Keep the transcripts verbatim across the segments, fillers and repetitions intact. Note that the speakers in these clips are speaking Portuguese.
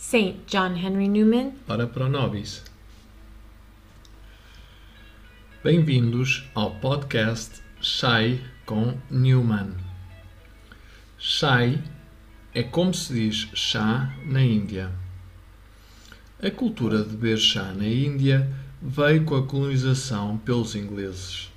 Saint John Henry Newman. Ora pro nobis. Bem-vindos ao podcast Chai com Newman. Chai é como se diz chá na Índia. A cultura de beber chá na Índia veio com a colonização pelos ingleses.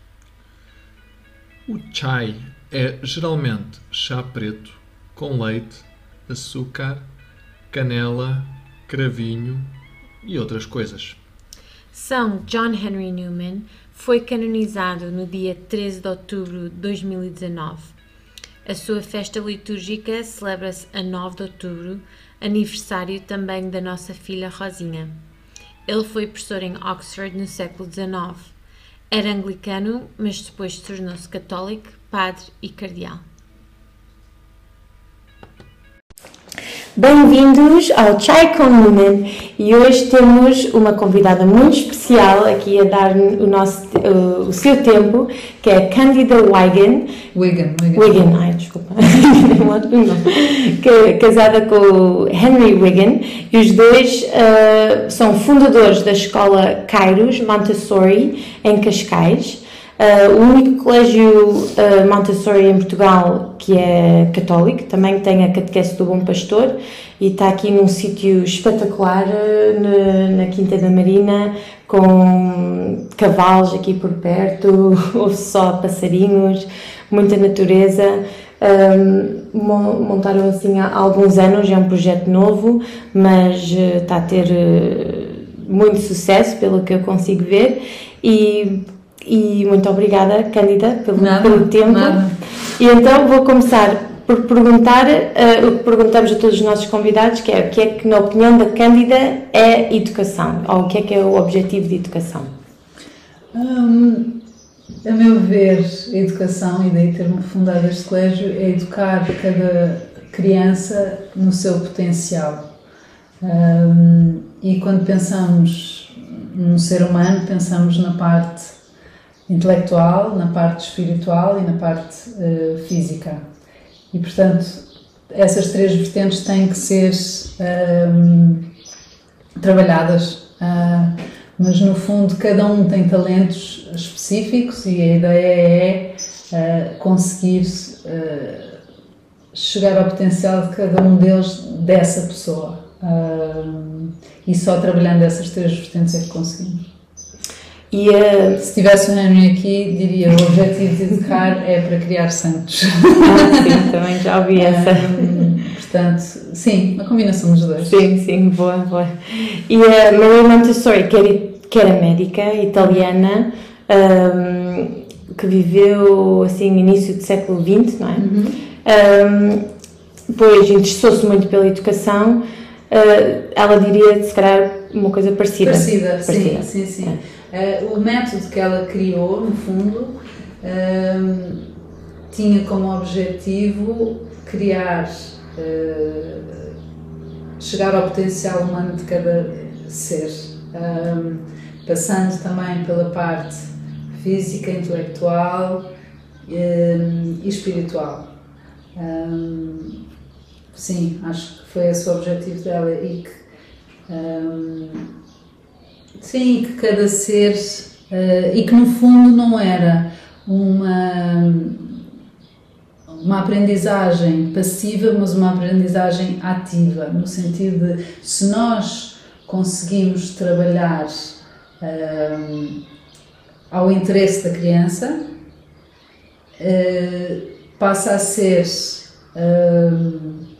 O chai é geralmente chá preto com leite, açúcar, canela, cravinho e outras coisas. São John Henry Newman foi canonizado no dia treze de outubro de dois mil e dezanove. A sua festa litúrgica celebra-se a nove de outubro, aniversário também da nossa filha Rosinha. Ele foi professor em Oxford no século dezanove. Era anglicano, mas depois tornou-se católico, padre e cardeal. Bem-vindos ao Chai com Newman e hoje temos uma convidada muito especial aqui a dar o, nosso, o, o seu tempo, que é Cândida Wigan. Wigan, Wigan. Wigan, ai, desculpa, que é casada com o Henry Wigan e os dois uh, são fundadores da escola Kairos Montessori em Cascais. Uh, o único colégio uh, Montessori em Portugal que é católico, também tem a Catequese do Bom Pastor e está aqui num sítio espetacular uh, na, na Quinta da Marina, com cavalos aqui por perto, ouve só passarinhos, muita natureza. Um, montaram assim há alguns anos, é um projeto novo, mas uh, está a ter uh, muito sucesso pelo que eu consigo ver e E muito obrigada, Cândida, pelo, nada, pelo tempo. Nada. E então vou começar por perguntar uh, o que perguntamos a todos os nossos convidados, que é o que é que, na opinião da Cândida, é educação? Ou o que é que é o objetivo de educação? Hum, a meu ver, a educação, e daí ter-me fundado este colégio, é educar cada criança no seu potencial. Hum, e quando pensamos num ser humano, pensamos na parte intelectual, na parte espiritual e na parte uh, física. E, portanto, essas três vertentes têm que ser uh, trabalhadas, uh, mas no fundo cada um tem talentos específicos e a ideia é uh, conseguir uh, chegar ao potencial de cada um deles, dessa pessoa. Uh, e só trabalhando essas três vertentes é que conseguimos. E, uh, se tivesse o Henry aqui, diria o objetivo de educar é para criar santos. Ah, sim, também já ouvi essa. Um, portanto, sim, uma combinação dos dois. Sim, sim, boa, boa. E a uh, Maria Montessori, que era, que era médica italiana, um, que viveu assim no início do século vinte, não é? Uhum. Um, depois interessou-se muito pela educação. Uh, ela diria, se calhar, uma coisa parecida. Parecida, parecida. sim, sim, sim. É. Uh, o método que ela criou, no fundo, uh, tinha como objetivo criar, uh, chegar ao potencial humano de cada ser, uh, passando também pela parte física, intelectual uh, e espiritual. Uh, sim, acho que foi esse o objetivo dela e que uh, sim, que cada ser, uh, e que no fundo não era uma, uma aprendizagem passiva, mas uma aprendizagem ativa, no sentido de se nós conseguimos trabalhar uh, ao interesse da criança, uh, passa a ser uh,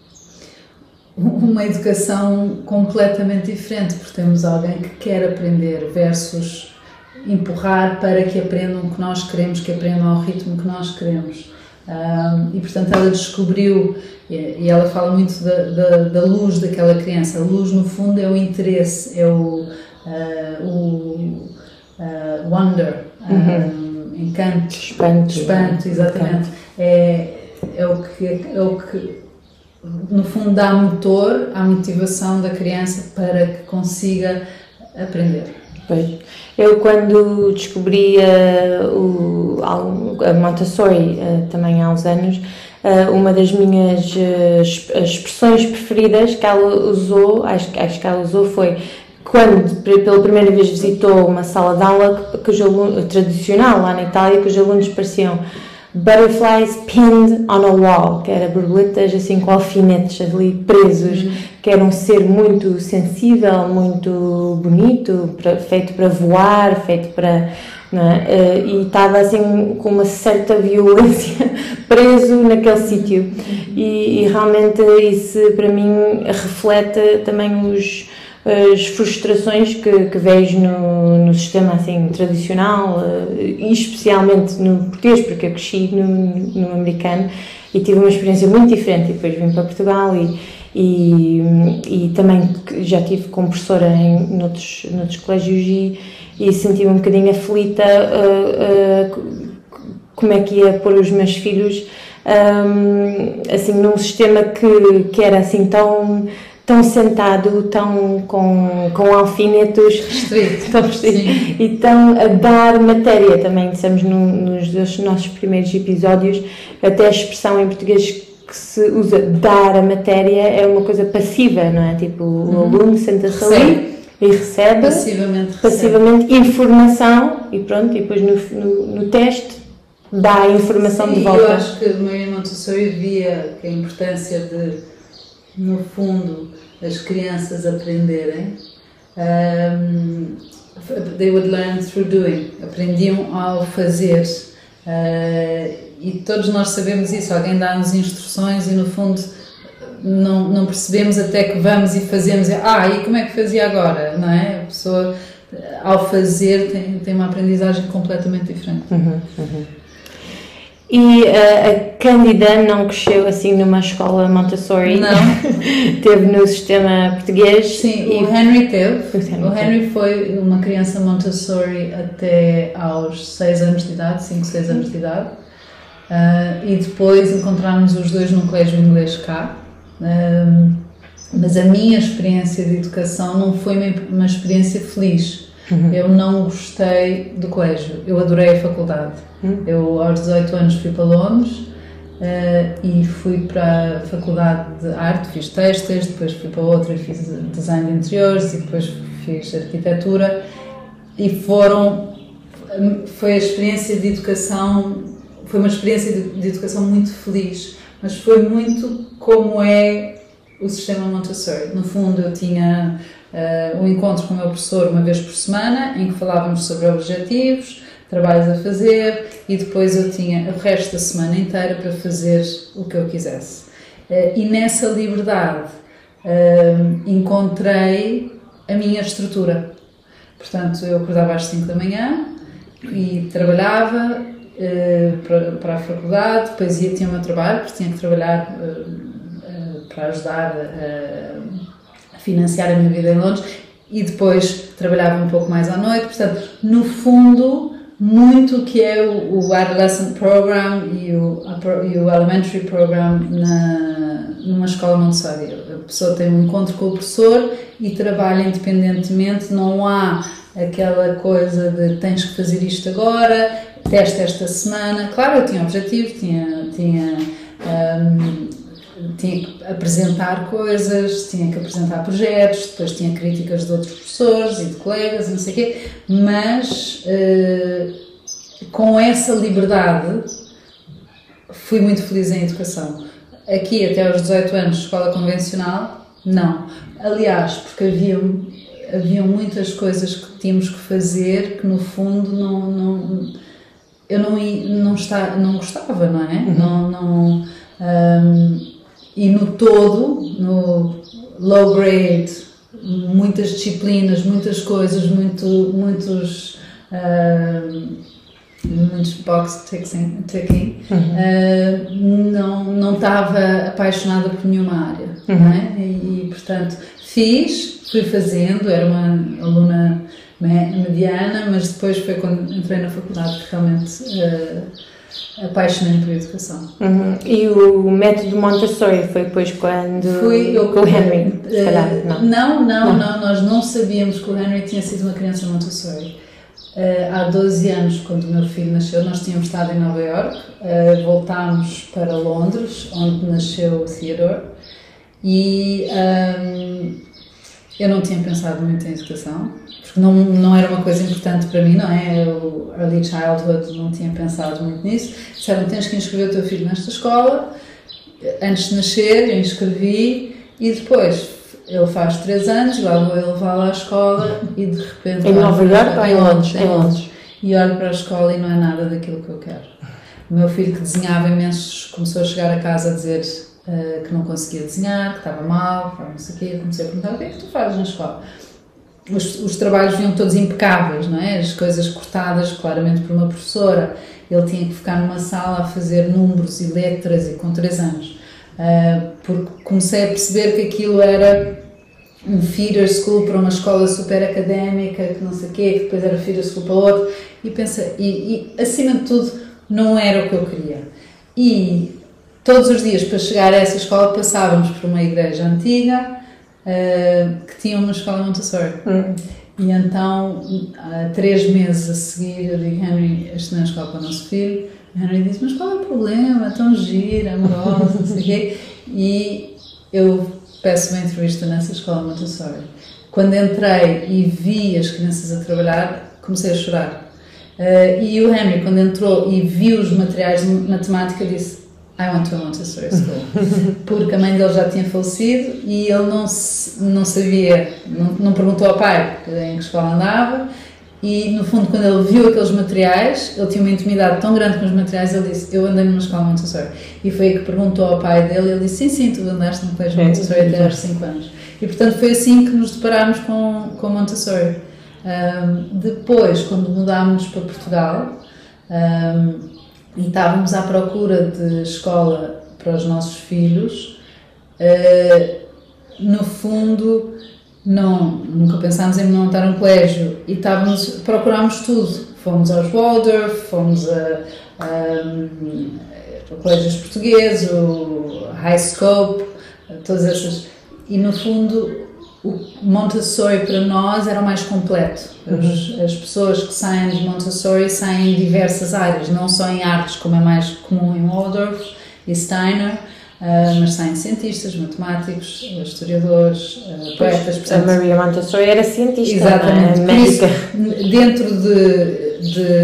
uma educação completamente diferente, porque temos alguém que quer aprender versus empurrar para que aprendam o que nós queremos, que aprendam ao ritmo que nós queremos. Um, e, portanto, ela descobriu, e ela fala muito da, da, da luz daquela criança. A luz, no fundo, é o interesse, é o, uh, o uh, wonder, uhum. um, encanto, espanto, espanto exatamente. É, é o que... É o que no fundo dá motor à motivação da criança para que consiga aprender. Pois. Eu quando descobri uh, o, a Montessori uh, também há uns anos, uh, uma das minhas uh, expressões preferidas que ela usou, acho, acho que ela usou foi quando pela primeira vez visitou uma sala de aula cujo aluno, tradicional lá na Itália, cujos alunos pareciam butterflies pinned on a wall, que era borboletas assim com alfinetes ali presos, uhum. que era um ser muito sensível, muito bonito, para, feito para voar, feito para... Não é? E estava assim com uma certa violência preso naquele sítio e, e realmente isso para mim reflete também os, as frustrações que, que vejo no, no sistema assim tradicional e especialmente no português, porque eu cresci no, no americano e tive uma experiência muito diferente e depois vim para Portugal e, e, e também já tive como professora em noutros, noutros colégios e e senti-me um bocadinho aflita uh, uh, como é que ia pôr os meus filhos um, assim num sistema que, que era assim tão, tão sentado, tão com, com alfinetos restrito, tão restrito e tão a dar matéria também, dissemos no, nos dos nossos primeiros episódios, até a expressão em português que se usa dar a matéria é uma coisa passiva, não é? Tipo, o uhum. aluno senta-se ali e recebe passivamente, passivamente recebe. informação e pronto, e depois no, no, no teste dá a informação Sim, de volta. Eu acho que Maria Montessori via que a importância de, no fundo, as crianças aprenderem, um, they would learn through doing, aprendiam ao fazer, uh, e todos nós sabemos isso, alguém dá-nos instruções e no fundo Não, não percebemos até que vamos e fazemos, ah, e como é que fazia agora, não é? A pessoa, ao fazer, tem, tem uma aprendizagem completamente diferente. Uhum, uhum. E uh, a Cândida não cresceu assim numa escola Montessori? Não. Teve no sistema português? Sim, e... o Henry teve. O Henry, o Henry foi uma criança Montessori até aos seis anos de idade, cinco, seis anos de idade. Uh, e depois encontramos os dois num colégio inglês cá. Um, mas a minha experiência de educação não foi uma, uma experiência feliz. Uhum. Eu não gostei do colégio, eu adorei a faculdade. Uhum. Eu aos dezoito anos fui para Londres uh, e fui para a faculdade de arte, fiz textos, depois fui para outra e fiz design de interiores e depois fiz arquitetura e foram, foi a experiência de educação, foi uma experiência de, de educação muito feliz. Mas foi muito como é o sistema Montessori. No fundo, eu tinha uh, um encontro com o meu professor uma vez por semana, em que falávamos sobre objetivos, trabalhos a fazer, e depois eu tinha o resto da semana inteira para fazer o que eu quisesse. Uh, e nessa liberdade uh, encontrei a minha estrutura. Portanto, eu acordava às cinco da manhã e trabalhava Uh, para, para a faculdade, depois ia, tinha o meu trabalho, porque tinha que trabalhar uh, uh, para ajudar uh, a financiar a minha vida em Londres e depois trabalhava um pouco mais à noite, portanto, no fundo, muito que é o, o Adolescent Program e o, e o Elementary Program na, numa escola Montessori. A pessoa tem um encontro com o professor e trabalha independentemente, não há aquela coisa de tens que fazer isto agora, teste esta semana. Claro, eu tinha objetivo, tinha, tinha, um, tinha que apresentar coisas, tinha que apresentar projetos, depois tinha críticas de outros professores e de colegas, não sei o quê, mas uh, com essa liberdade fui muito feliz em educação. Aqui, até aos dezoito anos, escola convencional, não. Aliás, porque havia... Havia muitas coisas que tínhamos que fazer que no fundo não, não, eu não, não, está, não gostava, não é? Uhum. Não, não, um, e no todo, no low grade, muitas disciplinas, muitas coisas, muito, muitos, um, muitos box ticking, ticking uhum. uh, não, não estava apaixonada por nenhuma área, uhum. não é? E, e portanto fiz. Fui fazendo, era uma aluna mediana, mas depois foi quando entrei na faculdade que realmente uh, apaixonei por educação. Uhum. E o método Montessori foi depois quando... Fui eu com o Henry, se calhar, não. Não, não, não, não, nós não sabíamos que o Henry tinha sido uma criança Montessori. Uh, há doze anos, quando o meu filho nasceu, nós tínhamos estado em Nova Iorque, uh, voltámos para Londres, onde nasceu o Theodore, e um, eu não tinha pensado muito em educação, porque não, não era uma coisa importante para mim, não é? O early childhood, não tinha pensado muito nisso. Disseram, tens que inscrever o teu filho nesta escola, antes de nascer, eu inscrevi, e depois ele faz três anos, lá vou eu levá-lo à escola e de repente... Em Nova Iorque ou em Londres? Em Londres. E olho para a escola e não é nada daquilo que eu quero. O meu filho, que desenhava imensos, começou a chegar a casa a dizer uh, que não conseguia desenhar, que estava mal, que não sei o quê. Comecei a perguntar, o que é que tu fazes na escola? Os, os trabalhos vinham todos impecáveis, não é? As coisas cortadas claramente por uma professora. Ele tinha que ficar numa sala a fazer números e letras e com três anos. Uh, porque comecei a perceber que aquilo era um feeder school para uma escola super académica, que não sei o quê, que depois era feeder school para outro, e, pensei, e, e acima de tudo não era o que eu queria. E todos os dias para chegar a essa escola passávamos por uma igreja antiga uh, que tinha uma escola Montessori. Hum. E então, há três meses a seguir, eu digo, Henry, esta não é a escola para o nosso filho. Henry disse, mas qual é o problema? Tão gira, amorosa, não sei o quê. E eu peço uma entrevista nessa escola Montessori. Quando entrei e vi as crianças a trabalhar, comecei a chorar. Uh, e o Henry, quando entrou e viu os materiais de matemática, disse, I want to a Montessori School. Porque a mãe dele já tinha falecido e ele não, não sabia, não, não perguntou ao pai em que escola andava. E, no fundo, quando ele viu aqueles materiais, ele tinha uma intimidade tão grande com os materiais, ele disse, eu andei numa escola Montessori. E foi aí que perguntou ao pai dele, ele disse, sim, sim, tu andaste num colégio Montessori até aos cinco anos. E, portanto, foi assim que nos deparámos com, com Montessori. Um, depois, quando mudámos para Portugal, um, e estávamos à procura de escola para os nossos filhos, uh, no fundo... Não, nunca pensámos em montar um colégio e estávamos, procurámos tudo. Fomos aos Waldorf, fomos a, a, a, a colégios portugueses, o High Scope, todas essas. E no fundo, o Montessori para nós era o mais completo. As, as pessoas que saem de Montessori saem em diversas áreas, não só em artes, como é mais comum em Waldorf e Steiner. Uh, mas saem cientistas, matemáticos, historiadores, uh, poetas. Portanto, a Maria Montessori era cientista, exatamente, não é? Médica. Isso, dentro de,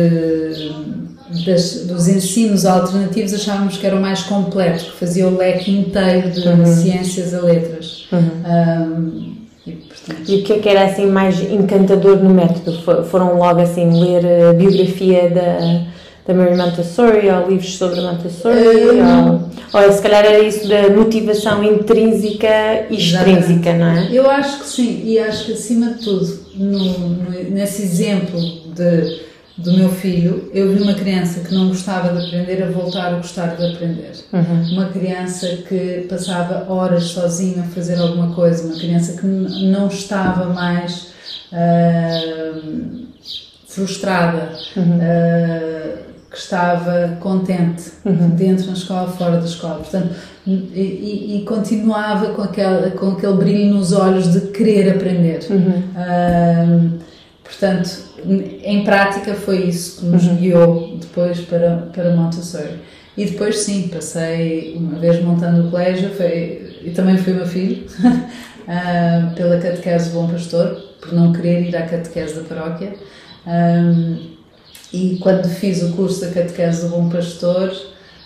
de, das, dos ensinos alternativos achávamos que era o mais completo, que fazia o leque inteiro de uhum. ciências a letras. Uhum. Um, e, portanto, e o que é que era assim mais encantador no método? Foram logo assim ler a biografia da... da Maria Montessori, ou livros sobre Montessori, um, ou, ou se calhar era isso da motivação intrínseca e extrínseca, exatamente. Não é? Eu acho que sim, e acho que acima de tudo, no, no, nesse exemplo de, do meu filho, eu vi uma criança que não gostava de aprender a voltar a gostar de aprender. Uhum. Uma criança que passava horas sozinha a fazer alguma coisa, uma criança que n- não estava mais uh, frustrada, uhum. uh, que estava contente uhum. dentro da escola, fora da escola, portanto, e, e, e continuava com aquele, com aquele brilho nos olhos de querer aprender. Uhum. Uh, portanto, em prática foi isso que nos uhum. guiou depois para, para Montessori. E depois sim, passei uma vez montando o colégio, foi, e também foi o meu filho, uh, pela catequese do Bom Pastor, por não querer ir à catequese da paróquia. Um, e quando fiz o curso da catequese do Bom Pastor,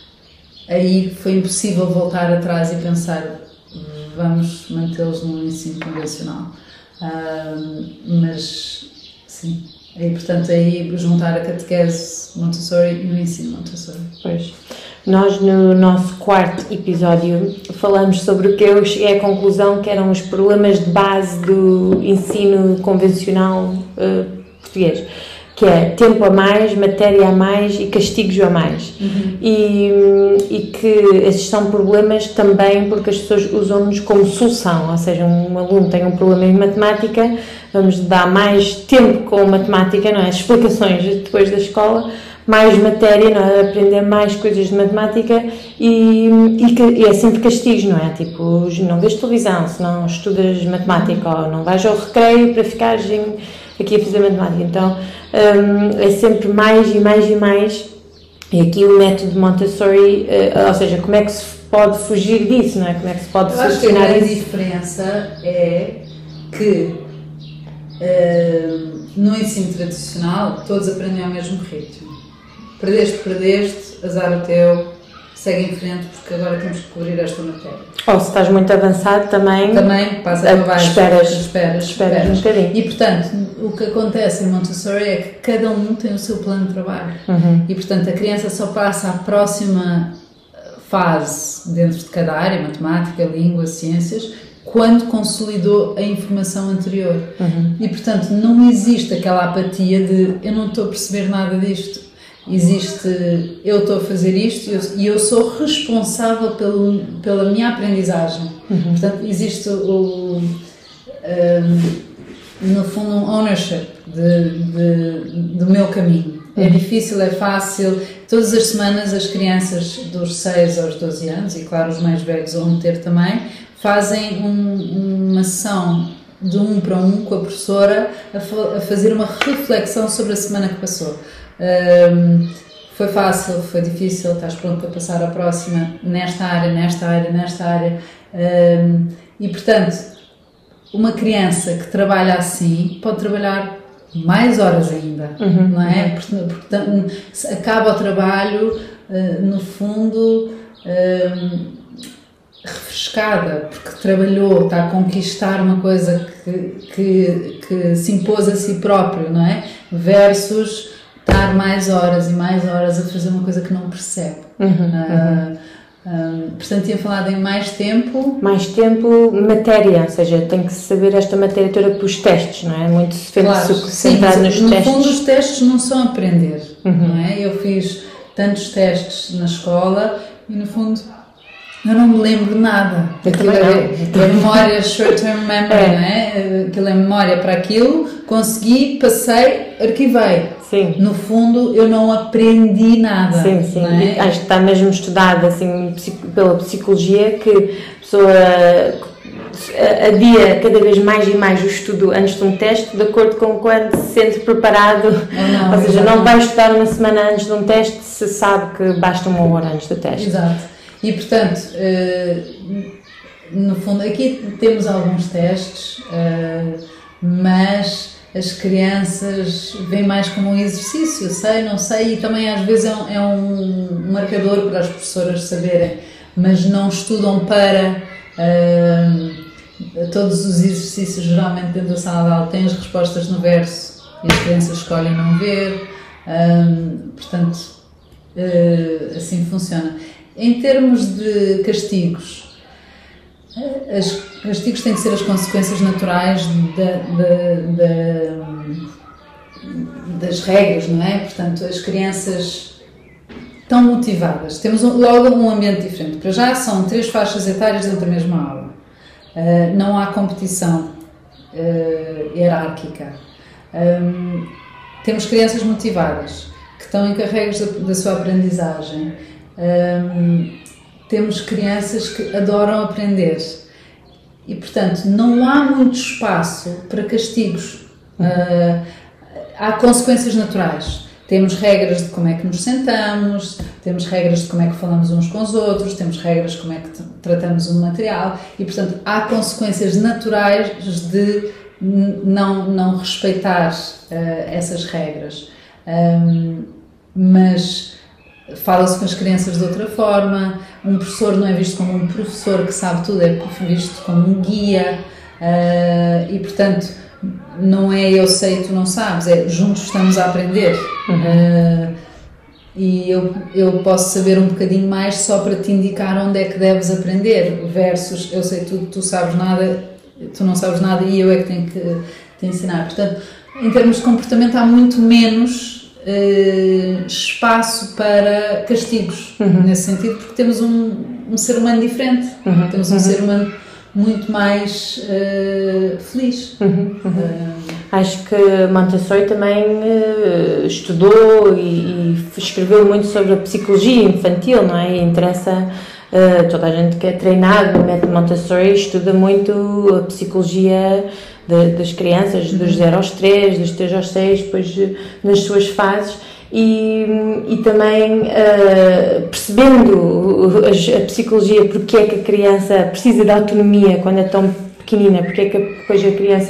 aí foi impossível voltar atrás e pensar, vamos mantê-los num ensino convencional. Um, mas, sim, aí, portanto, aí juntar a catequese Montessori e o ensino Montessori. Pois. Nós, no nosso quarto episódio, falamos sobre o que eu cheguei à conclusão que eram os problemas de base do ensino convencional uh, português, que é tempo a mais, matéria a mais e castigos a mais. Uhum. E, e que esses são problemas também porque as pessoas usam-nos como solução, ou seja, um aluno tem um problema em matemática, vamos dar mais tempo com matemática, não é? As explicações depois da escola, mais matéria, não é? Aprender mais coisas de matemática e, e, e é sempre castigos, não é? Tipo, não vês televisão se não estudas matemática, ou não vais ao recreio para ficares em aqui a fazer matemática. Então um, é sempre mais e mais e mais. E aqui o método Montessori, uh, ou seja, como é que se pode fugir disso, não é? Como é que se pode Eu acho que a solucionar grande isso? diferença é que uh, no ensino tradicional todos aprendem ao mesmo ritmo. Perdeste, perdeste, azar o teu, segue em frente porque agora temos que cobrir esta matéria. Ou se estás muito avançado também, Também passa para baixo. esperas, esperas, esperas um bocadinho. E portanto, o que acontece em Montessori é que cada um tem o seu plano de trabalho. Uhum. E portanto a criança só passa à próxima fase dentro de cada área, matemática, língua, ciências, quando consolidou a informação anterior. Uhum. E portanto não existe aquela apatia de eu não estou a perceber nada disto. Existe, eu estou a fazer isto e eu, e eu sou responsável pelo, pela minha aprendizagem. Uhum. Portanto, existe o, um, no fundo, um ownership de, de, do meu caminho. Uhum. É difícil, é fácil. Todas as semanas as crianças dos seis aos doze anos, e claro os mais velhos vão ter também, fazem um, uma sessão de um para um com a professora a, fa- a fazer uma reflexão sobre a semana que passou. Um, foi fácil, foi difícil, estás pronto para passar à próxima nesta área, nesta área, nesta área um, e portanto uma criança que trabalha assim pode trabalhar mais horas ainda, uhum, não é? Uhum. Portanto, acaba o trabalho uh, no fundo um, refrescada, porque trabalhou, está a conquistar uma coisa que, que, que se impôs a si próprio, não é? Versus estar mais horas e mais horas a fazer uma coisa que não percebe. Uhum, uh, uhum. Um, portanto, tinha falado em mais tempo. Mais tempo, matéria, ou seja, tem que saber esta matéria toda para os testes, não é? Muito Claro, centrado nos no testes. No fundo, os testes não são aprender, uhum. não é? Eu fiz tantos testes na escola e, no fundo, eu não me lembro de nada. Aquilo é, é memória, short-term memory, é. Não é? Aquilo é memória para aquilo, consegui, passei, arquivei. Sim. No fundo, eu não aprendi nada. Sim, sim. Não é? Acho que está mesmo estudado assim, pela psicologia que a pessoa adia cada vez mais e mais o estudo antes de um teste, de acordo com quando se sente preparado. Não, Ou seja, exatamente. não vai estudar uma semana antes de um teste se sabe que basta uma hora antes do teste. Exato. E, portanto, no fundo, aqui temos alguns testes, mas as crianças veem mais como um exercício, sei, não sei, e também às vezes é um, é um marcador para as professoras saberem, mas não estudam para uh, todos os exercícios. Geralmente dentro da sala de aula têm as respostas no verso e as crianças escolhem não ver, um, portanto uh, assim funciona. Em termos de castigos, os castigos têm que ser as consequências naturais da, da, da, das regras, não é? Portanto, as crianças estão motivadas. Temos logo um ambiente diferente. Para já são três faixas etárias dentro da mesma aula. Uh, não há competição uh, hierárquica. Um, temos crianças motivadas, que estão encarregues da, da sua aprendizagem. Um, temos crianças que adoram aprender e, portanto, não há muito espaço para castigos. Uh, há consequências naturais. Temos regras de como é que nos sentamos, temos regras de como é que falamos uns com os outros, temos regras de como é que tratamos um material e, portanto, há consequências naturais de não, não respeitar uh, essas regras. Um, mas fala-se com as crianças de outra forma, um professor não é visto como um professor que sabe tudo, é visto como um guia uh, e, portanto, não é eu sei e tu não sabes, é juntos estamos a aprender. Uhum. Uh, e eu, eu posso saber um bocadinho mais só para te indicar onde é que deves aprender, versus eu sei tudo, tu sabes nada, tu não sabes nada e eu é que tenho que te ensinar. Portanto, em termos de comportamento há muito menos Uh, espaço para castigos, uhum. nesse sentido, porque temos um, um ser humano diferente, uhum. temos um uhum. ser humano muito mais uh, feliz. Uhum. Uhum. Uh, Acho que Montessori também uh, estudou e, e escreveu muito sobre a psicologia infantil, não é? E interessa Uh, toda a gente que é treinado no método Montessori estuda muito a psicologia de, das crianças, dos zero aos três, dos três aos seis, depois nas suas fases, e, e também uh, percebendo a, a psicologia, porque é que a criança precisa de autonomia quando é tão pequenina, porque é que depois a criança,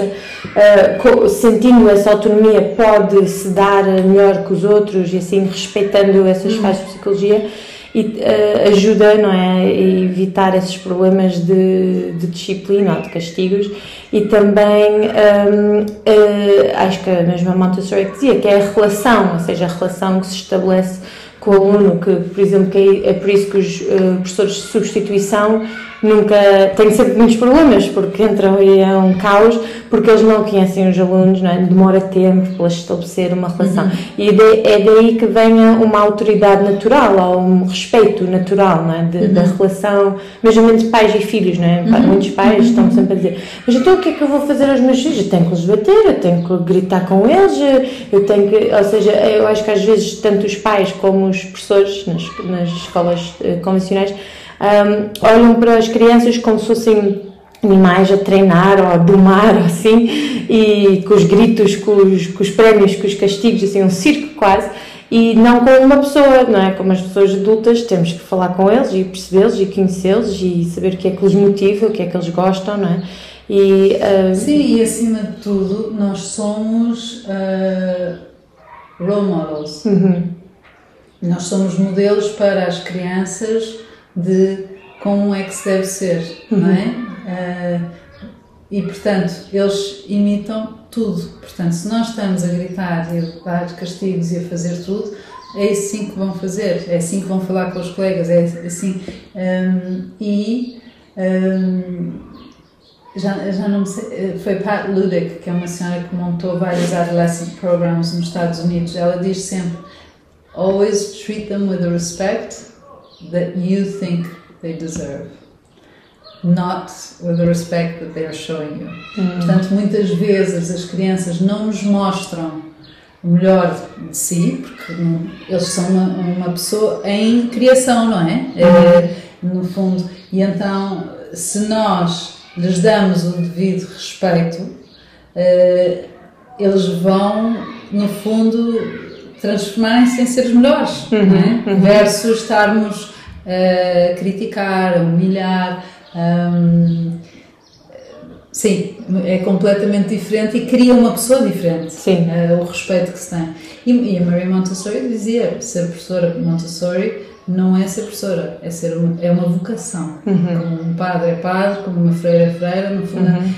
uh, sentindo essa autonomia, pode se dar melhor que os outros e assim respeitando essas fases de psicologia. E uh, ajuda, não é, a evitar esses problemas de, de disciplina ou de castigos, e também um, uh, acho que a mesma Montessori que dizia que é a relação, ou seja, a relação que se estabelece com o aluno, que por exemplo que é, é por isso que os uh, professores de substituição nunca têm sempre muitos problemas, porque entram e é um caos, porque eles não conhecem os alunos, não é? Demora tempo para estabelecer uma relação. Uhum. E é daí que venha uma autoridade natural, ou um respeito natural, não é? De, uhum. Da relação, mesmo entre pais e filhos, não é? Uhum. Muitos pais uhum. estão sempre a dizer, mas então o que é que eu vou fazer aos meus filhos? Eu tenho que os bater, eu tenho que gritar com eles, eu tenho que... Ou seja, eu acho que às vezes tanto os pais como os professores nas, nas escolas uh, convencionais Um, olham para as crianças como se fossem animais a treinar ou a domar, ou assim, e com os gritos, com os, com os prémios, com os castigos, assim, um circo quase, e não com uma pessoa, não é? Como as pessoas adultas, temos que falar com eles e percebê-los e conhecê-los e saber o que é que os motiva, o que é que eles gostam, não é? E, uh... Sim, e acima de tudo, nós somos uh, role models. Uhum. Nós somos modelos para as crianças de como é que se deve ser, uhum. não é? Uh, e, portanto, eles imitam tudo. Portanto, se nós estamos a gritar e a dar castigos e a fazer tudo, é assim que vão fazer, é assim que vão falar com os colegas, é assim. Um, e um, já, já não me sei, foi Pat Ludick, que é uma senhora que montou vários adolescent programs nos Estados Unidos. Ela diz sempre: always treat them with the respect that you think they deserve, not with the respect that they are showing you. Hum. Portanto, muitas vezes as crianças não nos mostram o melhor de si, porque não, eles são uma, uma pessoa em criação, não é? Hum. É, no fundo. E então, se nós lhes damos o devido respeito, uh, eles vão, no fundo, transformarem-se em seres melhores, uhum, não é? Uhum. Versus estarmos a uh, criticar, a humilhar. Um, sim, é completamente diferente e cria uma pessoa diferente. Sim. Uh, o respeito que se tem. E, e a Maria Montessori dizia: ser professora Montessori não é ser professora, é, ser uma, é uma vocação. Uhum. Como um padre é padre, como uma freira é freira, no fundo, uhum.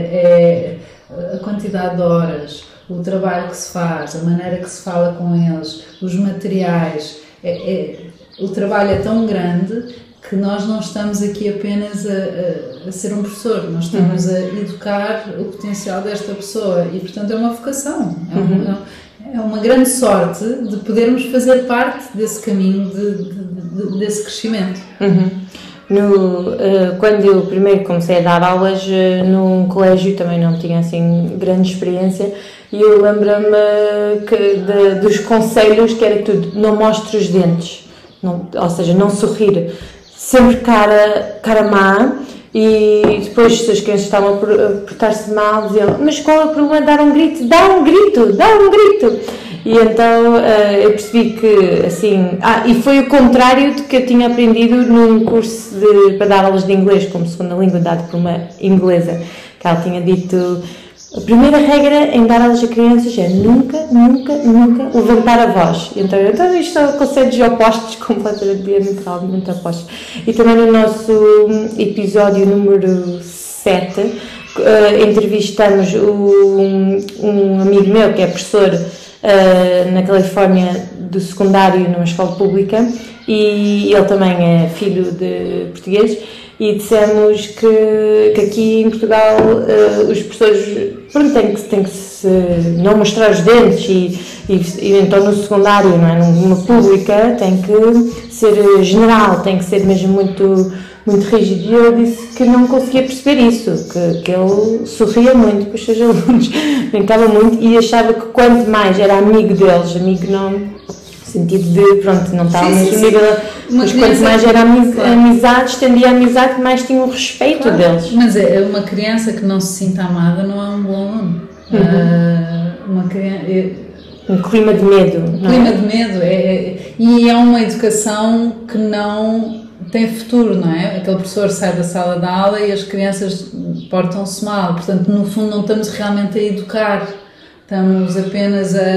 é, é a quantidade de horas, o trabalho que se faz, a maneira que se fala com eles, os materiais, é, é, o trabalho é tão grande que nós não estamos aqui apenas a, a, a ser um professor, nós estamos uhum. a educar o potencial desta pessoa e, portanto, é uma vocação, é, uhum. um, é uma grande sorte de podermos fazer parte desse caminho, de, de, de, desse crescimento. Uhum. No, uh, quando eu primeiro comecei a dar aulas uh, num colégio, também não tinha assim grande experiência, e eu lembro-me que de, dos conselhos que era tudo: não mostre os dentes, não, ou seja, não sorrir, sempre cara, cara má. E depois, se as crianças estavam a portar-se mal, diziam: mas qual é o problema de dar um grito? Dá um grito, dá um grito! E então uh, eu percebi que, assim... Ah, e foi o contrário do que eu tinha aprendido num curso de, para dar aulas de inglês, como segunda língua, dado por uma inglesa, que ela tinha dito: a primeira regra em dar aulas a crianças é nunca, nunca, nunca levantar a voz. E então, então isto são conceitos opostos, completamente diametralmente opostos. E também no nosso episódio número sete, uh, entrevistamos um, um amigo meu que é professor uh, na Califórnia do secundário numa escola pública, e ele também é filho de portugueses. E dissemos que, que aqui em Portugal uh, os professores pronto, têm, que, têm que se não mostrar os dentes e, e, e então no secundário, não é? Numa pública, tem que ser general, tem que ser mesmo muito, muito rígido. E eu disse que não conseguia perceber isso, que, que ele sorria muito com os seus alunos, brincava muito e achava que quanto mais era amigo deles, amigo não... no sentido de, pronto, não está ao mesmo nível, Uma Mas criança- quanto mais era amiz Claro. amizade, estendia a amizade, mais tinha o respeito Claro, deles. Mas é uma criança que não se sinta amada não é um bom aluno. Uhum. Ah, uma criança, Um clima de medo, não clima é? de medo é, é- e é uma educação que não tem futuro, não é? Aquele professor sai da sala de aula e as crianças portam-se mal, portanto, no fundo, não estamos realmente a educar, estamos apenas a,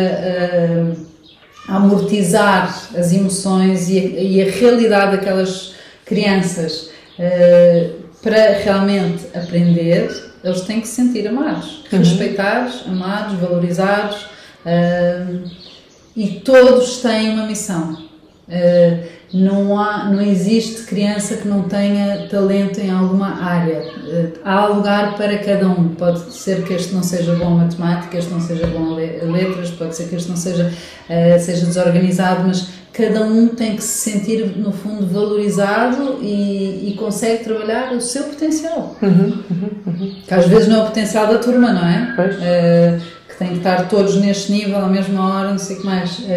a- a amortizar as emoções e a, e a realidade daquelas crianças. Eh, para realmente aprender, eles têm que se sentir amados, Uhum. respeitados, amados, valorizados. Uh, e todos têm uma missão. Uh, não, há, não existe criança que não tenha talento em alguma área. Uh, há lugar para cada um. Pode ser que este não seja bom a matemática, este não seja bom a le- a letras, pode ser que este não seja, uh, seja desorganizado, mas cada um tem que se sentir, no fundo, valorizado e, e consegue trabalhar o seu potencial. Uhum, uhum, uhum. Que às vezes não é o potencial da turma, não é? Pois. Uh, que tem que estar todos neste nível, à mesma hora, não sei o que mais. Uh,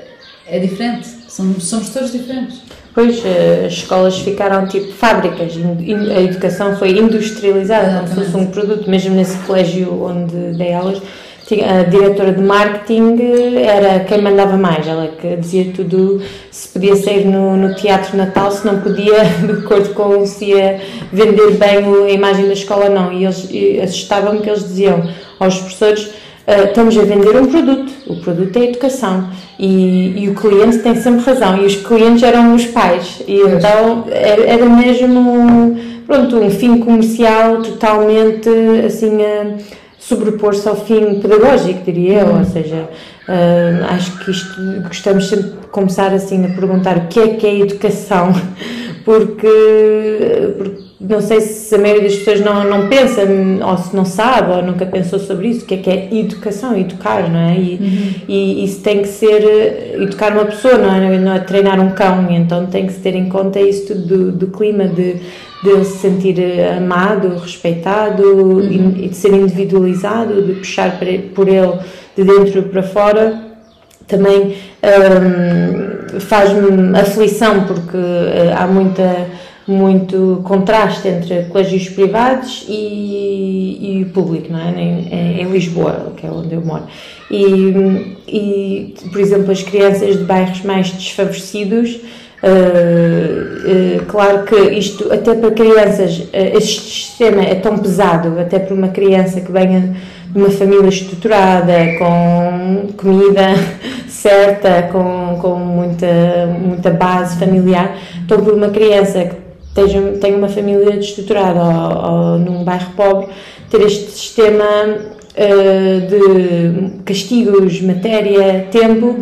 é diferente. Somos, somos todos diferentes. Pois, eh, as escolas ficaram tipo fábricas, in- in- a educação foi industrializada, como se fosse um Exatamente. produto. Mesmo nesse colégio onde dei aulas, tinha- a diretora de marketing eh, era quem mandava mais, ela que dizia tudo, se podia sair no, no Teatro Natal, se não podia, de acordo com se ia vender bem o- a imagem da escola ou não. E eles e assustavam-me que eles diziam aos professores: Uh, estamos a vender um produto, o produto é a educação e, e o cliente tem sempre razão, e os clientes eram os pais, e Pois. então era, era mesmo pronto, um fim comercial totalmente assim a sobrepor-se ao fim pedagógico, diria eu, ou seja, uh, acho que isto gostamos sempre de começar assim a perguntar o que é que é educação, porque, porque não sei se a maioria das pessoas não, não pensa, ou se não sabe, ou nunca pensou sobre isso, o que é que é educação, educar, não é? E, Uhum. e isso tem que ser, educar uma pessoa, não é? Não é treinar um cão, e então tem que se ter em conta isso tudo do, do clima, de, de ele se sentir amado, respeitado, Uhum. e, e de ser individualizado, de puxar para- por ele de dentro para fora. Também hum, faz-me aflição porque uh, há muita, muito contraste entre colégios privados e, e o público, não é? Em, em, em Lisboa, que é onde eu moro. E, e, por exemplo, as crianças de bairros mais desfavorecidos, uh, uh, claro que isto, até para crianças, uh, este sistema é tão pesado, até para uma criança que venha de uma família estruturada, com comida certa, com, com muita, muita base familiar. Então, por uma criança que tenha, tenha uma família estruturada ou, ou num bairro pobre, ter este sistema uh, de castigos, matéria, tempo,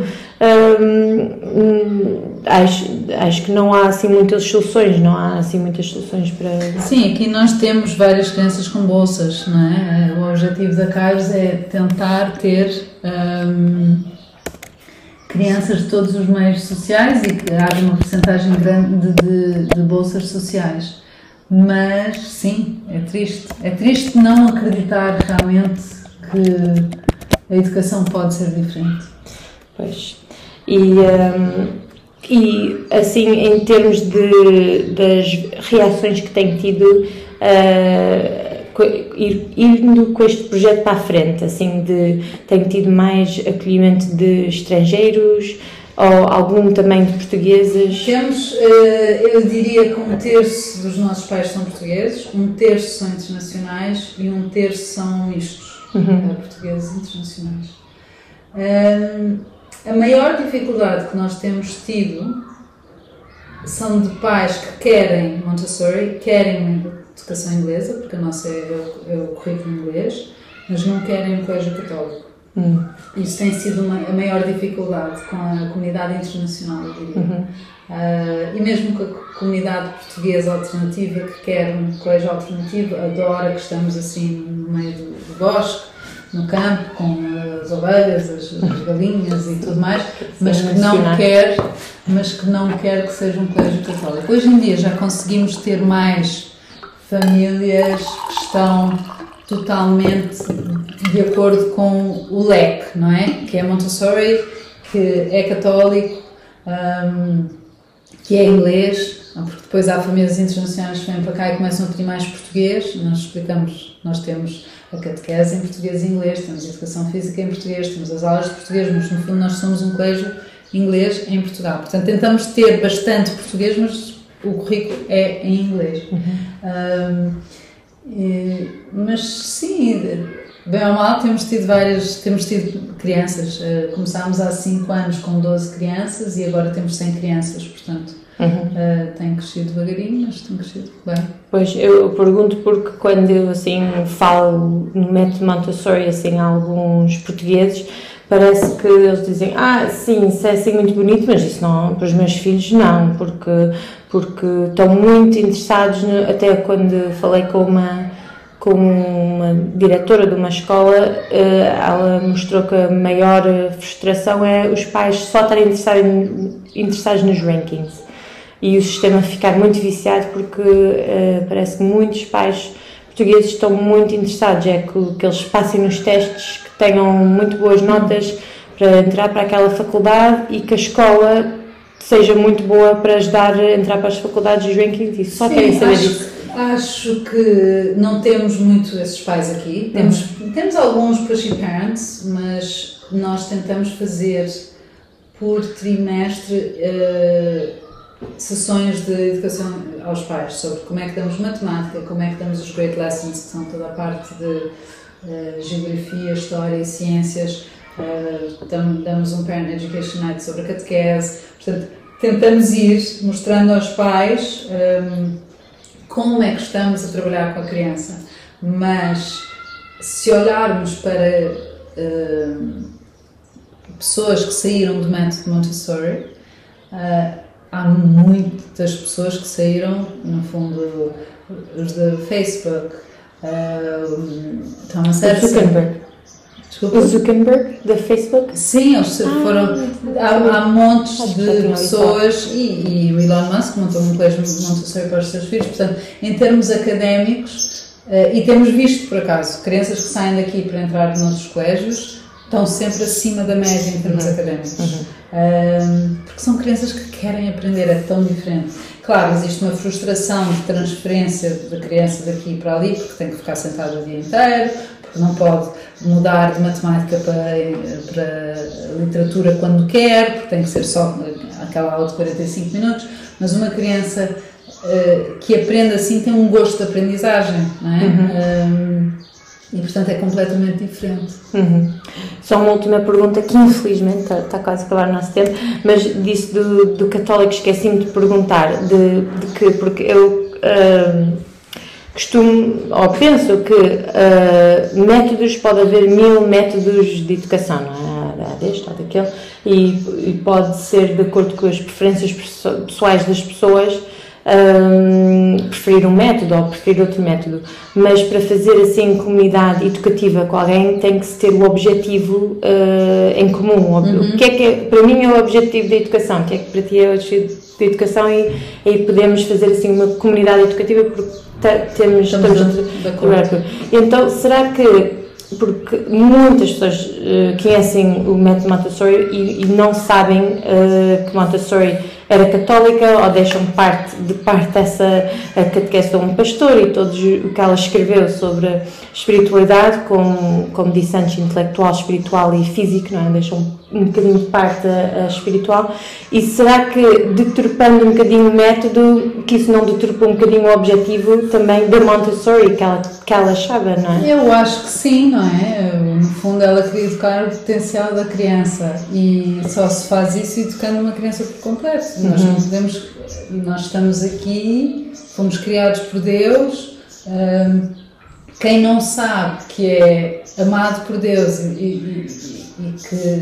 um, acho, acho que não há assim muitas soluções, não há assim muitas soluções para... Sim, aqui nós temos várias crianças com bolsas, não é? O objetivo da Kairos é tentar ter hum, crianças de todos os meios sociais e que haja uma porcentagem grande de, de bolsas sociais. Mas, sim, é triste. É triste não acreditar realmente que a educação pode ser diferente. Pois. E, um, e assim, em termos de, das reações que tem tido, uh, co- ir, indo com este projeto para a frente, assim, de, tem tido mais acolhimento de estrangeiros ou algum também de portugueses? Temos, eh, eu diria que um terço dos nossos pais são portugueses, um terço são internacionais e um terço são mistos, Uhum. eh, portugueses e internacionais. Hum, a maior dificuldade que nós temos tido são de pais que querem Montessori, querem uma educação inglesa, porque a nossa é, o- é o currículo inglês, mas não querem um colégio católico. Hum. Isso tem sido uma, a maior dificuldade com a comunidade internacional, eu diria. Uhum. Uh, e mesmo com a comunidade portuguesa alternativa que quer um colégio alternativo, adora que estamos assim no meio do, do bosque, no campo, com as ovelhas, as, as galinhas e tudo mais, mas que não mencionar. quer, mas que não quer que seja um colégio católico. Hoje em dia já conseguimos ter mais famílias que estão totalmente de acordo com o leque, não é? Que é Montessori, que é católico, hum, que é inglês, porque depois há famílias internacionais que vêm para cá e começam a pedir mais português. Nós explicamos, nós temos a catequese em português e inglês, temos a educação física em português, temos as aulas de português, mas no fundo nós somos um colégio inglês em Portugal. Portanto, tentamos ter bastante português, mas o currículo é em inglês. Uhum. Um, e, mas sim, bem ou mal, temos tido várias, temos tido crianças. Uh, começámos há cinco anos com doze crianças e agora temos cem crianças, portanto, uhum. uh, tem crescido devagarinho, mas tem crescido bem. Pois, eu pergunto porque quando eu, assim, falo no método Montessori, assim, a alguns portugueses, parece que eles dizem, ah, sim, isso é assim muito bonito, mas isso não, para os meus filhos não, porque, porque estão muito interessados, no, até quando falei com uma, com uma diretora de uma escola, ela mostrou que a maior frustração é os pais só estarem interessados, interessados nos rankings e o sistema ficar muito viciado, porque parece que muitos pais portugueses estão muito interessados, é que, que eles passem nos testes, que tenham muito boas notas para entrar para aquela faculdade e que a escola seja muito boa para ajudar a entrar para as faculdades dos rankings e só Sim, querem saber acho, disso. Acho que não temos muito esses pais aqui, temos, uhum. temos alguns pushy parents, mas nós tentamos fazer por trimestre uh, sessões de educação aos pais sobre como é que damos matemática, como é que damos os Great Lessons, que são toda a parte de uh, geografia, história e ciências, uh, damos um Parent Education Night sobre a catequese, portanto, tentamos ir mostrando aos pais um, como é que estamos a trabalhar com a criança, mas se olharmos para uh, pessoas que saíram do método Montessori, uh, há muitas pessoas que saíram, no fundo, os de Facebook, uh, Thomas Edison. Zuckerberg. Desculpa. O Zuckerberg, da Facebook? Sim, eles ah, foram. Há, há montes de pessoas e, e o Elon Musk montou um colégio Montessori para os seus filhos. Portanto, em termos académicos, uh, e temos visto, por acaso, crianças que saem daqui para entrar noutros colégios estão sempre acima da média em termos uhum. académicos. Uhum. Um, porque são crianças que querem aprender, é tão diferente. Claro, existe uma frustração de transferência da criança daqui para ali, porque tem que ficar sentada o dia inteiro, porque não pode mudar de matemática para, para literatura quando quer, porque tem que ser só aquela aula de quarenta e cinco minutos, mas uma criança uh, que aprende assim tem um gosto de aprendizagem, não é? Uhum. Um, E, portanto, é completamente diferente. Uhum. Só uma última pergunta, que infelizmente está, está quase a acabar o nosso tempo, mas disse do, do católico, esqueci-me de perguntar, de, de que, porque eu uh, costumo, ou penso que uh, métodos, pode haver mil métodos de educação, não é? Há deste, há daquele, e, e pode ser de acordo com as preferências pessoais das pessoas, Um, preferir um método ou preferir outro método, mas para fazer assim comunidade educativa com alguém tem que se ter o objetivo uh, em comum. Uhum. O que é que é, para mim é o objetivo da educação, o que é que para ti é o objetivo da educação, e aí podemos fazer assim uma comunidade educativa porque temos, estamos, estamos de acordo. Então, será que, porque muitas pessoas uh, conhecem o método Montessori e, e não sabem uh, que Montessori era católica, ou deixam parte, de parte dessa catequese de um pastor e todos o que ela escreveu sobre a espiritualidade, como, como disse antes, intelectual, espiritual e físico, não é? Deixam um bocadinho de parte a, a espiritual. E será que, deturpando um bocadinho o método, que isso não deturpa um bocadinho o objetivo também da Montessori, que ela, que ela achava, não é? Eu acho que sim, não é? No fundo, ela queria educar o potencial da criança e só se faz isso educando uma criança por completo. Nós não podemos, nós estamos aqui, fomos criados por Deus, um, quem não sabe que é amado por Deus e, e, e, que,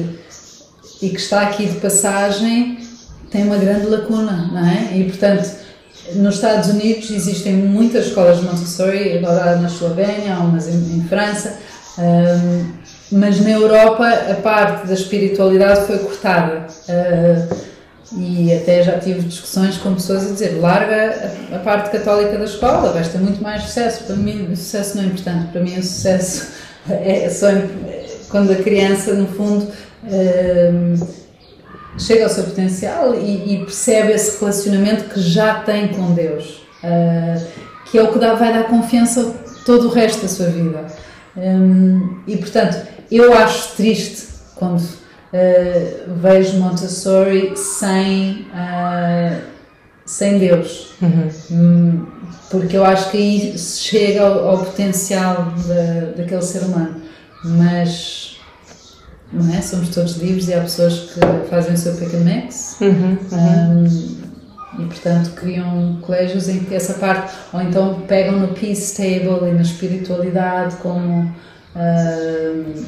e que está aqui de passagem tem uma grande lacuna, não é? E portanto, nos Estados Unidos existem muitas escolas de Montessori, agora na Eslovénia, há umas em, em França, um, mas na Europa a parte da espiritualidade foi cortada. Uh, E até já tive discussões com pessoas a dizer, larga a, a parte católica da escola, vais ter muito mais sucesso. Para mim o sucesso não é importante, para mim o sucesso é só quando a criança, no fundo, um, chega ao seu potencial e, e percebe esse relacionamento que já tem com Deus, uh, que é o que dá, vai dar confiança a todo o resto da sua vida. Um, e portanto, eu acho triste quando uh, vejo Montessori sem, uh, sem Deus, uhum. um, porque eu acho que aí se chega ao, ao potencial de, daquele ser humano, mas não é? Somos todos livres e há pessoas que fazem o seu pick and mix, uhum, uhum. Um, e portanto criam colégios em que essa parte, ou então pegam no peace table e na espiritualidade como uh,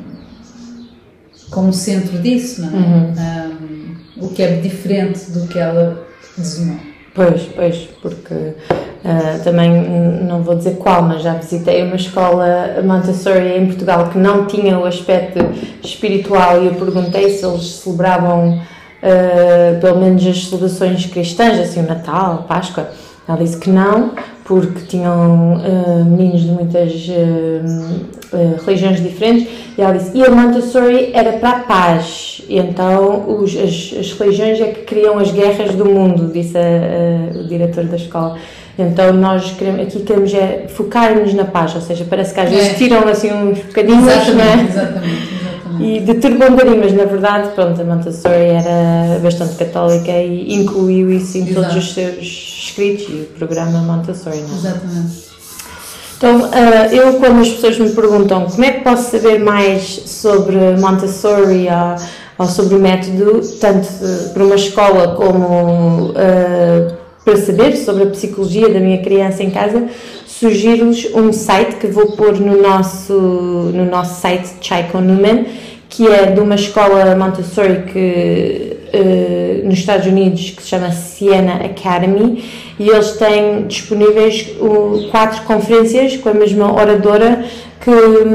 como centro disso, não é? Uhum. Um, o que é diferente do que ela desenhou. Pois, pois, porque uh, também não vou dizer qual, mas já visitei uma escola Montessori em Portugal que não tinha o aspecto espiritual e eu perguntei se eles celebravam uh, pelo menos as celebrações cristãs, assim o Natal, a Páscoa. Ela disse que não, porque tinham uh, meninos de muitas uh, uh, religiões diferentes, e ela disse, e a Montessori era para a paz, e então os, as, as religiões é que criam as guerras do mundo, disse a, a, o diretor da escola. Então nós queremos, aqui queremos é focar-nos na paz, ou seja, parece que às vezes é. tiram assim uns bocadinhos, exatamente, não é? Exatamente, exatamente. E de turbondaria, mas na verdade, pronto, a Montessori era bastante católica e incluiu isso em Exato. todos os seus escritos e o programa Montessori, não é? Exatamente. Então, uh, eu quando as pessoas me perguntam como é que posso saber mais sobre Montessori ou, ou sobre o método, tanto uh, para uma escola como uh, para saber sobre a psicologia da minha criança em casa, sugiro-lhes um site que vou pôr no nosso, no nosso site Chaiko Newman, que é de uma escola Montessori que, uh, nos Estados Unidos, que se chama Siena Academy, e eles têm disponíveis uh, quatro conferências com a mesma oradora que,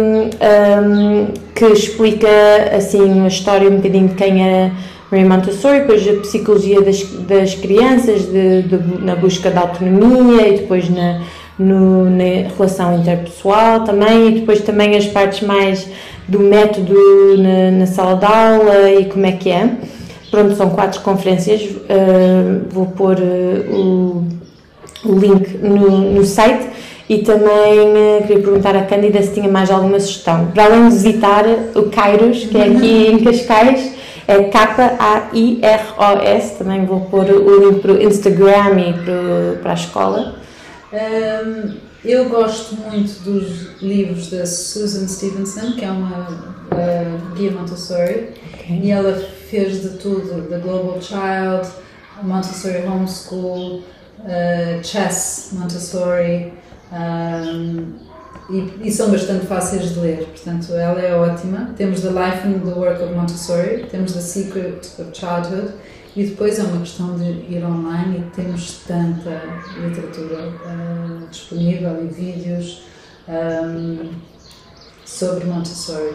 um, que explica assim a história um bocadinho de quem era Maria Montessori, depois a psicologia das, das crianças, de, de, na busca da autonomia e depois na, no, na relação interpessoal também, e depois também as partes mais do método na, na sala de aula e como é que é. Pronto, são quatro conferências, uh, vou pôr uh, o, o link no, no site e também uh, queria perguntar à Cândida se tinha mais alguma sugestão. Para além de visitar o Kairos, que é aqui em Cascais, é K A I R O S, também vou pôr o link para o Instagram e para, para a escola. Um, eu gosto muito dos livros da Susan Stevenson, que é uma uh, guia Montessori, okay. E ela fez de tudo, The Global Child, Montessori Homeschool, uh, Chess Montessori, um, e, e são bastante fáceis de ler, portanto ela é ótima. Temos The Life and the Work of Montessori, temos The Secret of Childhood, e depois é uma questão de ir online e temos tanta literatura uh, disponível e vídeos um, sobre Montessori.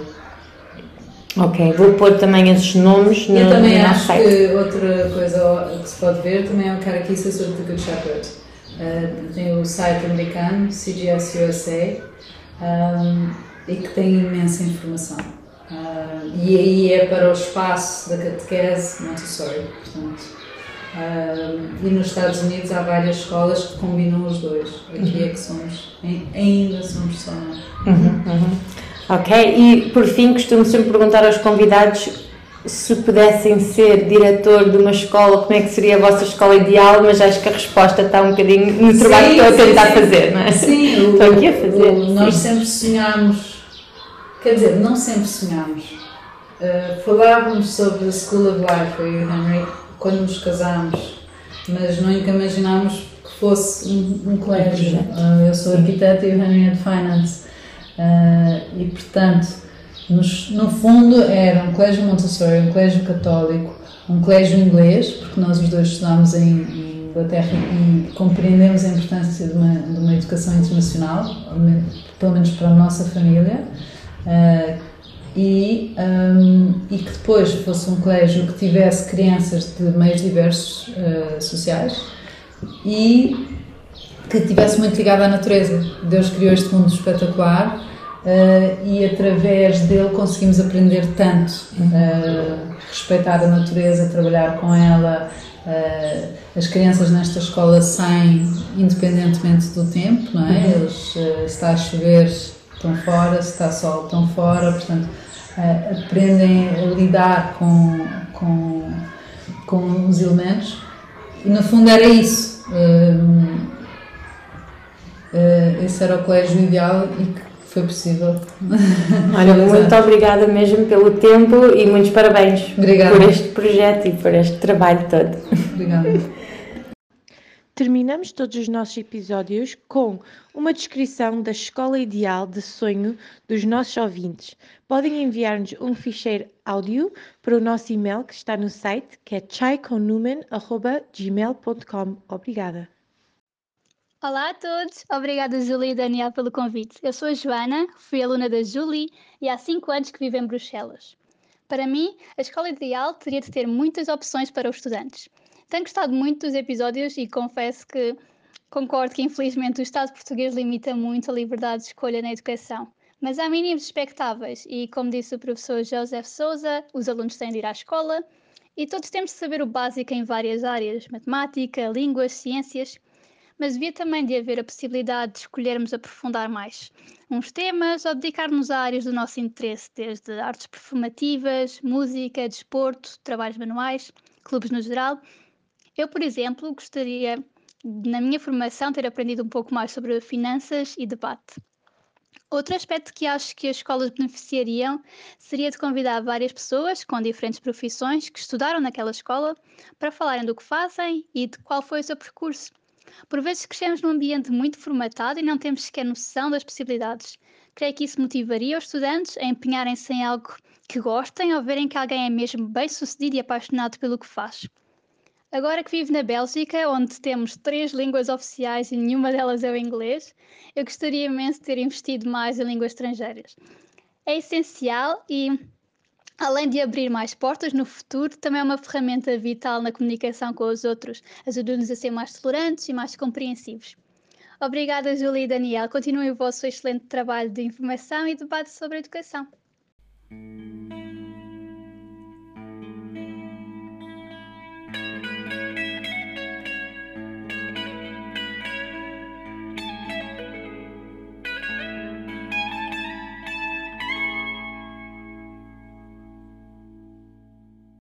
Ok, vou pôr também esses nomes no, eu também no acho site. Que outra coisa que se pode ver também é o Catequista sobre The Good Shepherd. Uh, tem o site americano, C G S U S A, um, e que tem imensa informação. Uh, e aí é para o espaço da catequese Montessori, portanto. Uh, e nos Estados Unidos há várias escolas que combinam os dois. Aqui uhum. é que somos, ainda somos só nós. Uhum, uhum. Ok, e por fim costumo sempre perguntar aos convidados se pudessem ser diretor de uma escola, como é que seria a vossa escola ideal, mas acho que a resposta está um bocadinho no trabalho sim, que estou a tentar sim, fazer, não é? Sim, estou aqui a fazer. O, nós sempre sonhámos, quer dizer, não sempre sonhámos. Uh, falávamos sobre a School of Life, eu e o Henry, quando nos casámos, mas nunca imaginámos que fosse um, um colégio. Uh, eu sou arquiteta e o Henry é de Finance. Uh, e portanto, nos, no fundo era um colégio Montessori, um colégio católico, um colégio inglês, porque nós os dois estudámos em, em Inglaterra e compreendemos a importância de uma, de uma educação internacional, pelo menos para a nossa família, uh, e, um, e que depois fosse um colégio que tivesse crianças de meios diversos uh, sociais e que estivesse muito ligado à natureza. Deus criou este mundo espetacular uh, e através dele conseguimos aprender tanto, uh, respeitar a natureza, trabalhar com ela. Uh, as crianças nesta escola saem independentemente do tempo, não é? Eles, uh, se está a chover, estão fora, se está sol, estão fora, portanto, uh, aprendem a lidar com, com, com os elementos e no fundo era isso. Uh, uh, esse era o colégio ideal e que foi possível. Olha, muito obrigada mesmo pelo tempo e muitos parabéns Obrigada. Por este projeto e por este trabalho todo. Obrigada. Terminamos todos os nossos episódios com uma descrição da escola ideal de sonho dos nossos ouvintes. Podem enviar-nos um ficheiro áudio para o nosso e-mail que está no site, que é chai com numen arroba gmail ponto com. Obrigada. Olá a todos, obrigada Julie e Daniel pelo convite. Eu sou a Joana, fui aluna da Julie e há cinco anos que vivo em Bruxelas. Para mim, a escola ideal teria de ter muitas opções para os estudantes. Tenho gostado muito dos episódios e confesso que concordo que infelizmente o Estado português limita muito a liberdade de escolha na educação. Mas há mínimos expectáveis e, como disse o professor José Sousa, os alunos têm de ir à escola e todos temos de saber o básico em várias áreas, matemática, línguas, ciências. Mas devia também de haver a possibilidade de escolhermos aprofundar mais uns temas ou dedicar-nos a áreas do nosso interesse, desde artes performativas, música, desporto, trabalhos manuais, clubes no geral. Eu, por exemplo, gostaria, na minha formação, ter aprendido um pouco mais sobre finanças e debate. Outro aspecto que acho que as escolas beneficiariam seria de convidar várias pessoas com diferentes profissões que estudaram naquela escola para falarem do que fazem e de qual foi o seu percurso. Por vezes crescemos num ambiente muito formatado e não temos sequer noção das possibilidades. Creio que isso motivaria os estudantes a empenharem-se em algo que gostem ou verem que alguém é mesmo bem-sucedido e apaixonado pelo que faz. Agora que vivo na Bélgica, onde temos três línguas oficiais e nenhuma delas é o inglês, eu gostaria imenso de ter investido mais em línguas estrangeiras. É essencial e, além de abrir mais portas no futuro, também é uma ferramenta vital na comunicação com os outros, ajuda-nos a ser mais tolerantes e mais compreensivos. Obrigada, Julia e Daniel. Continuem o vosso excelente trabalho de informação e debate sobre a educação.